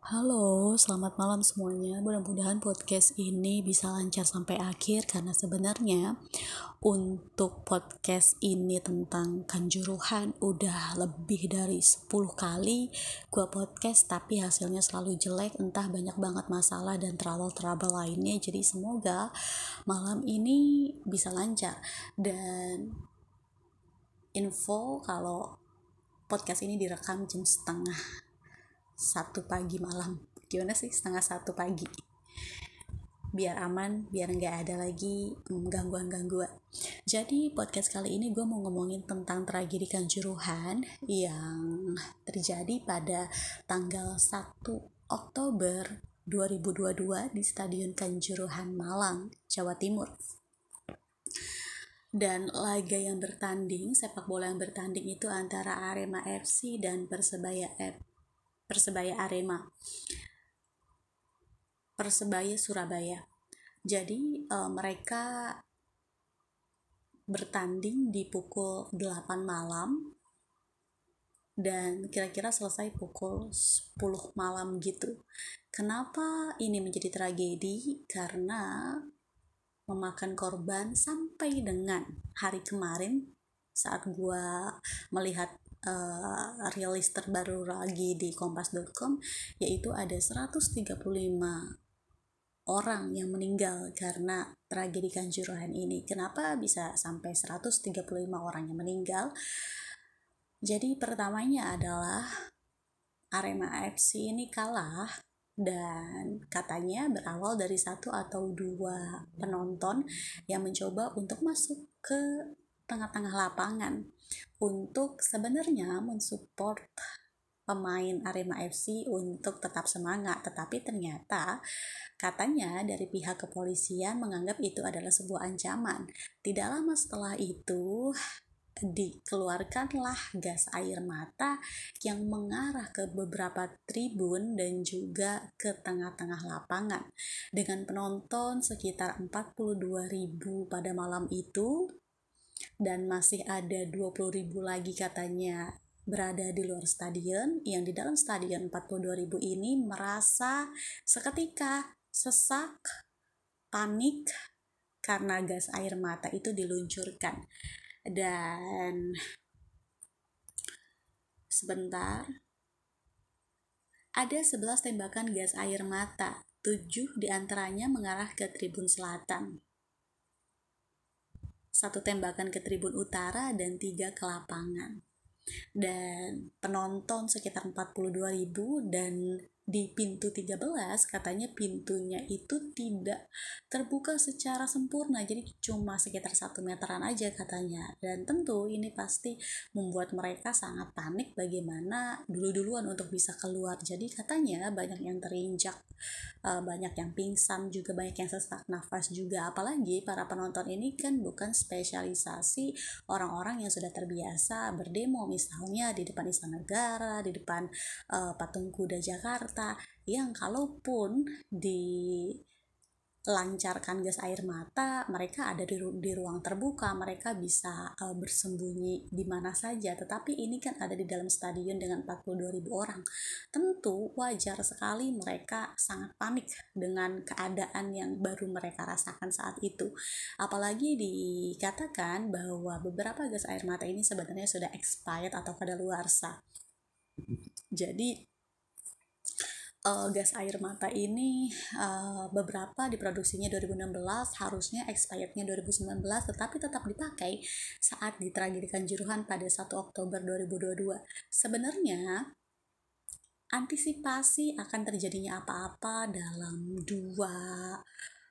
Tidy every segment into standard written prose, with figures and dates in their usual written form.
Halo, selamat malam semuanya. Mudah-mudahan podcast ini bisa lancar sampai akhir karena sebenarnya untuk podcast ini tentang Kanjuruhan udah lebih dari 10 kali gua podcast tapi hasilnya selalu jelek, entah banyak banget masalah dan trouble lainnya. Jadi semoga malam ini bisa lancar. Dan info kalau podcast ini direkam jam setengah 1 pagi malam. Gimana sih 1:30 pagi? Biar aman, biar nggak ada lagi gangguan-gangguan. Jadi podcast kali ini gue mau ngomongin tentang tragedi Kanjuruhan yang terjadi pada tanggal 1 Oktober 2022 di Stadion Kanjuruhan Malang, Jawa Timur. Dan laga yang bertanding, sepak bola yang bertanding itu antara Arema FC dan Persebaya Surabaya. Jadi mereka bertanding di pukul 8 malam dan kira-kira selesai pukul 10 malam gitu. Kenapa ini menjadi tragedi? Karena memakan korban sampai dengan hari kemarin saat gua melihat rilis terbaru lagi di kompas.com, yaitu ada 135 orang yang meninggal karena tragedi Kanjuruhan ini. Kenapa bisa sampai 135 orang yang meninggal? Jadi pertamanya adalah Arema FC ini kalah dan katanya berawal dari 1 atau 2 penonton yang mencoba untuk masuk ke tengah-tengah lapangan untuk sebenarnya mensupport pemain Arema FC untuk tetap semangat, tetapi ternyata katanya dari pihak kepolisian menganggap itu adalah sebuah ancaman. Tidak lama setelah itu dikeluarkanlah gas air mata yang mengarah ke beberapa tribun dan juga ke tengah-tengah lapangan dengan penonton sekitar 42.000 pada malam itu, dan masih ada 20.000 lagi katanya berada di luar stadion. Yang di dalam stadion 42.000 ini merasa seketika sesak, panik karena gas air mata itu diluncurkan. Dan sebentar, ada 11 tembakan gas air mata, 7 diantaranya mengarah ke tribun selatan, 1 tembakan ke tribun utara, dan 3 ke lapangan. Dan penonton sekitar 42.000, dan di pintu 13 katanya pintunya itu tidak terbuka secara sempurna, jadi cuma sekitar 1 meteran aja katanya. Dan tentu ini pasti membuat mereka sangat panik bagaimana dulu-duluan untuk bisa keluar. Jadi katanya banyak yang terinjak, banyak yang pingsan juga, banyak yang sesak nafas juga. Apalagi para penonton ini kan bukan spesialisasi orang-orang yang sudah terbiasa berdemo, misalnya di depan Istana Negara, di depan Patung Kuda Jakarta, yang kalaupun dilancarkan gas air mata, mereka ada di ruang terbuka, mereka bisa bersembunyi di mana saja. Tetapi ini kan ada di dalam stadion dengan 42.000 orang. Tentu wajar sekali mereka sangat panik dengan keadaan yang baru mereka rasakan saat itu. Apalagi dikatakan bahwa beberapa gas air mata ini sebenarnya sudah expired atau kadaluarsa. Jadi gas air mata ini beberapa diproduksinya 2016, harusnya expirednya 2019, tetapi tetap dipakai saat di tragedi Kanjuruhan pada 1 Oktober 2022. Sebenarnya antisipasi akan terjadinya apa-apa dalam 2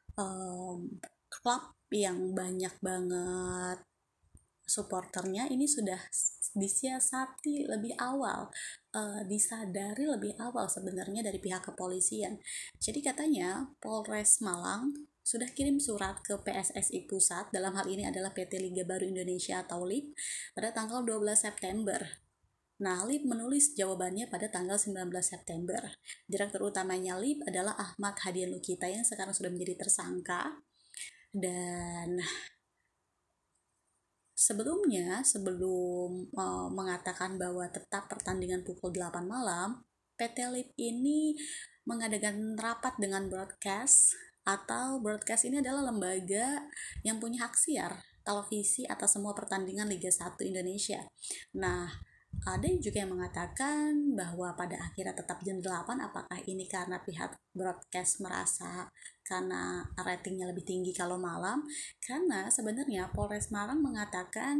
klub yang banyak banget supporternya ini sudah disiasati lebih awal, disadari lebih awal sebenarnya dari pihak kepolisian. Jadi katanya Polres Malang sudah kirim surat ke PSSI Pusat, dalam hal ini adalah PT Liga Baru Indonesia atau LIB, pada tanggal 12 September. Nah, LIB menulis jawabannya pada tanggal 19 September. Direktur utamanya LIB adalah Ahmad Hadian Lukita yang sekarang sudah menjadi tersangka. Dan sebelum mengatakan bahwa tetap pertandingan pukul 8 malam, PT LIP ini mengadakan rapat dengan broadcast, atau broadcast ini adalah lembaga yang punya hak siar televisi atas semua pertandingan Liga 1 Indonesia. Nah, ada juga yang mengatakan bahwa pada akhirnya tetap jam 8. Apakah ini karena pihak broadcast merasa karena ratingnya lebih tinggi kalau malam? Karena sebenarnya Polres Malang mengatakan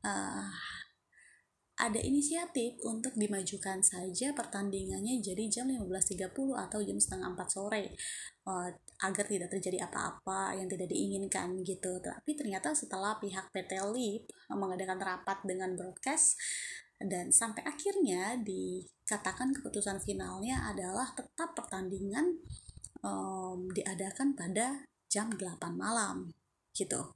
ada inisiatif untuk dimajukan saja pertandingannya jadi jam 15.30 atau jam setengah 4 sore, agar tidak terjadi apa-apa yang tidak diinginkan gitu. Tapi ternyata setelah pihak PT LIP mengadakan rapat dengan broadcast dan sampai akhirnya dikatakan keputusan finalnya adalah tetap pertandingan diadakan pada jam 8 malam gitu.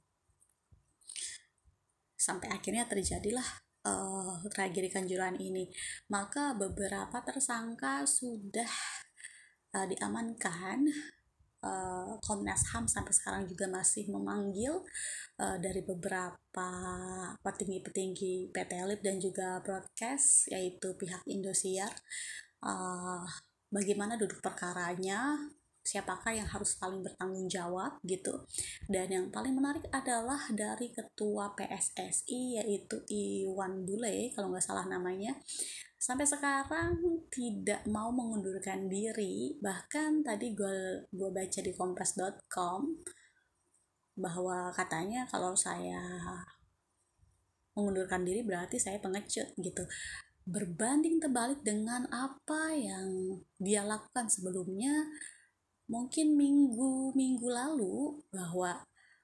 Sampai akhirnya terjadilah tragedi Kanjuruhan ini. Maka beberapa tersangka sudah diamankan. Komnas HAM sampai sekarang juga masih memanggil dari beberapa petinggi-petinggi PT LIP dan juga broadcast, yaitu pihak Indosiar. Bagaimana duduk perkaranya, siapakah yang harus paling bertanggung jawab gitu. Dan yang paling menarik adalah dari ketua PSSI, yaitu Iwan Bule kalau nggak salah namanya, sampai sekarang tidak mau mengundurkan diri. Bahkan tadi gue baca di kompas.com bahwa katanya kalau saya mengundurkan diri berarti saya pengecut gitu. Berbanding terbalik dengan apa yang dia lakukan sebelumnya, mungkin minggu lalu, bahwa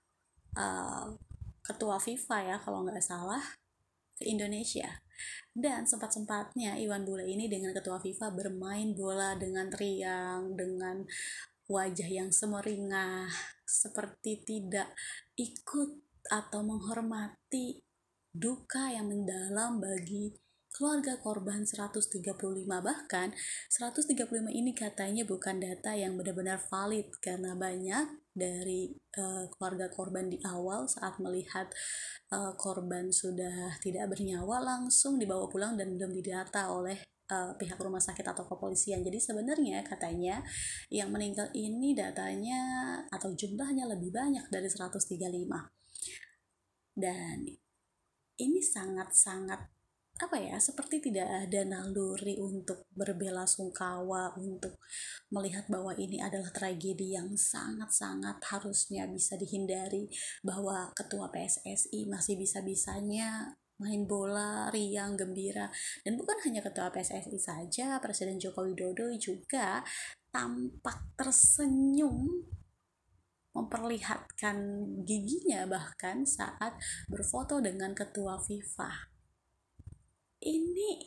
ketua FIFA ya kalau nggak salah ke Indonesia, dan sempat-sempatnya Iwan Bule ini dengan ketua FIFA bermain bola dengan riang, dengan wajah yang semeringah, seperti tidak ikut atau menghormati duka yang mendalam bagi keluarga korban 135. Bahkan 135 ini katanya bukan data yang benar-benar valid, karena banyak dari keluarga korban di awal saat melihat korban sudah tidak bernyawa langsung dibawa pulang dan belum didata oleh pihak rumah sakit atau kepolisian. Jadi sebenarnya katanya yang meninggal ini datanya atau jumlahnya lebih banyak dari 135. Dan ini sangat-sangat seperti tidak ada naluri untuk berbela-sungkawa, untuk melihat bahwa ini adalah tragedi yang sangat-sangat harusnya bisa dihindari, bahwa ketua PSSI masih bisa-bisanya main bola, riang, gembira. Dan bukan hanya ketua PSSI saja, Presiden Joko Widodo juga tampak tersenyum, memperlihatkan giginya bahkan saat berfoto dengan ketua FIFA. Ini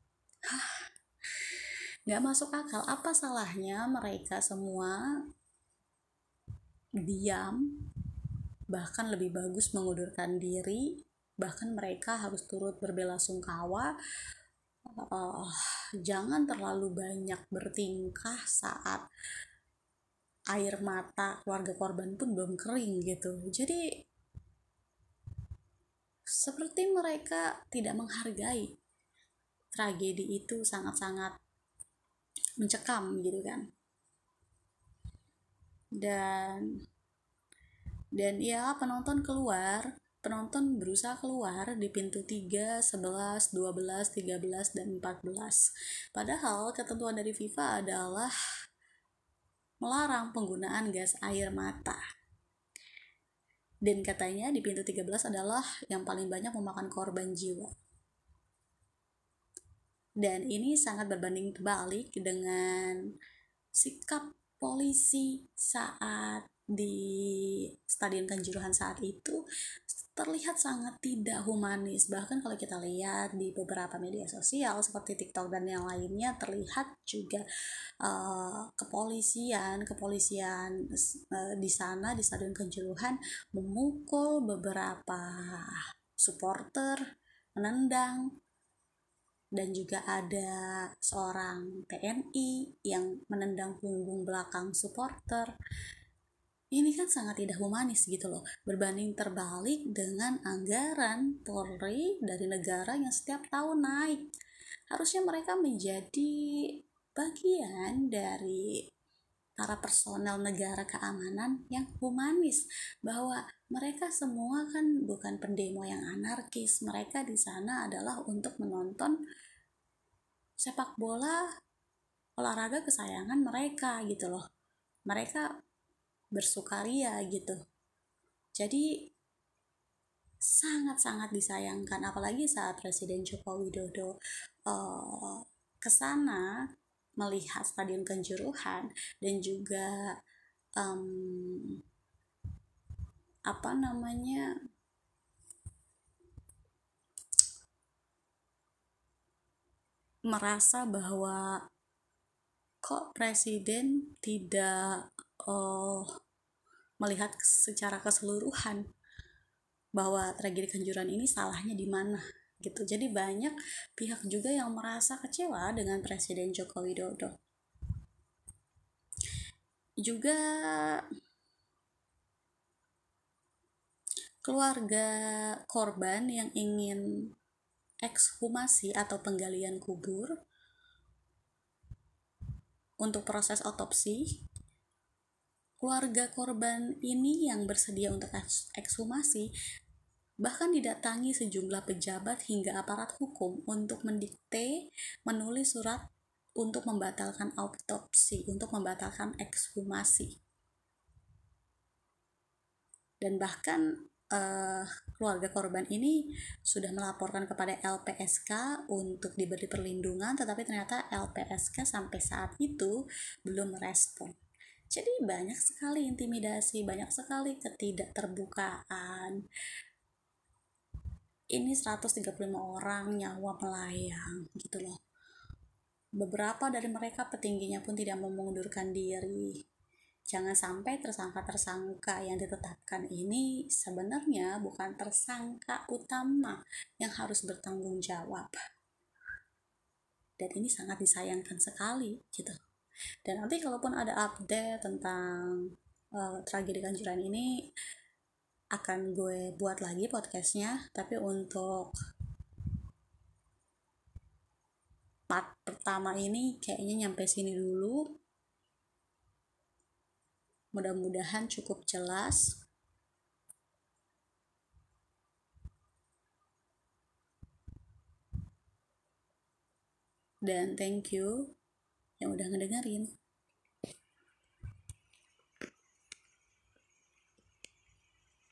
nggak masuk akal. Apa salahnya mereka semua diam, bahkan lebih bagus mengundurkan diri, bahkan mereka harus turut berbela-sungkawa. Jangan terlalu banyak bertingkah saat air mata keluarga korban pun belum kering gitu. Jadi seperti mereka tidak menghargai tragedi itu, sangat-sangat mencekam gitu kan. Dan ya, penonton berusaha keluar di pintu 3, 11, 12, 13, dan 14. Padahal ketentuan dari FIFA adalah melarang penggunaan gas air mata. Dan katanya di pintu 13 adalah yang paling banyak memakan korban jiwa. Dan ini sangat berbanding terbalik dengan sikap polisi saat di Stadion Kanjuruhan saat itu. Terlihat sangat tidak humanis. Bahkan kalau kita lihat di beberapa media sosial seperti TikTok dan yang lainnya, terlihat juga kepolisian di sana di Stadion Kanjuruhan memukul beberapa supporter, menendang, dan juga ada seorang TNI yang menendang punggung belakang supporter. Ini kan sangat tidak humanis gitu loh, berbanding terbalik dengan anggaran Polri dari negara yang setiap tahun naik. Harusnya mereka menjadi bagian dari para personel negara keamanan yang humanis, bahwa mereka semua kan bukan pendemo yang anarkis. Mereka di sana adalah untuk menonton sepak bola, olahraga kesayangan mereka gitu loh. Mereka bersukaria gitu. Jadi sangat-sangat disayangkan, apalagi saat Presiden Joko Widodo ke sana melihat Stadion Kanjuruhan dan juga apa namanya merasa bahwa kok presiden tidak melihat secara keseluruhan bahwa tragedi Kanjuruhan ini salahnya di mana gitu. Jadi banyak pihak juga yang merasa kecewa dengan Presiden Joko Widodo. Juga keluarga korban yang ingin ekshumasi atau penggalian kubur untuk proses otopsi, keluarga korban ini yang bersedia untuk ekshumasi bahkan didatangi sejumlah pejabat hingga aparat hukum untuk mendikte, menulis surat untuk membatalkan autopsi, untuk membatalkan ekshumasi. Dan bahkan keluarga korban ini sudah melaporkan kepada LPSK untuk diberi perlindungan, tetapi ternyata LPSK sampai saat itu belum merespon. Jadi banyak sekali intimidasi, banyak sekali ketidakterbukaan. Ini 135 orang nyawa melayang gitu loh. Beberapa dari mereka petingginya pun tidak mau mengundurkan diri. Jangan sampai tersangka-tersangka yang ditetapkan ini sebenarnya bukan tersangka utama yang harus bertanggung jawab. Dan ini sangat disayangkan sekali gitu. Dan nanti kalaupun ada update tentang tragedi Kanjuruhan ini akan gue buat lagi podcastnya. Tapi untuk part pertama ini kayaknya nyampe sini dulu. Mudah-mudahan cukup jelas. Dan thank you yang udah ngedengerin.